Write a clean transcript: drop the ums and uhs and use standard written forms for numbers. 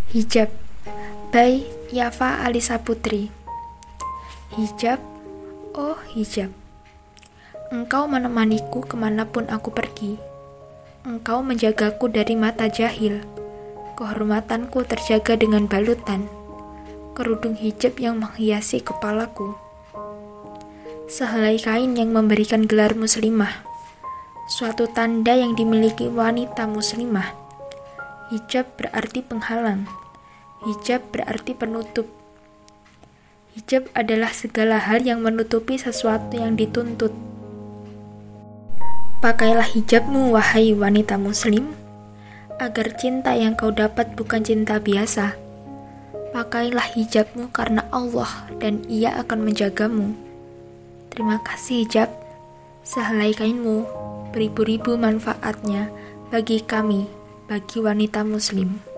Hijab by Yafa Alisa Putri. Hijab, oh hijab, engkau menemaniku kemanapun aku pergi. Engkau menjagaku dari mata jahil. Kehormatanku terjaga dengan balutan kerudung hijab yang menghiasi kepalaku. Sehelai kain yang memberikan gelar muslimah, suatu tanda yang dimiliki wanita muslimah. Hijab berarti penghalang, hijab berarti penutup. Hijab adalah segala hal yang menutupi sesuatu yang dituntut. Pakailah hijabmu, wahai wanita muslim, agar cinta yang kau dapat bukan cinta biasa. Pakailah hijabmu karena Allah dan Ia akan menjagamu. Terima kasih hijab, sehelai kainmu, beribu-ribu manfaatnya bagi kami, bagi wanita muslim.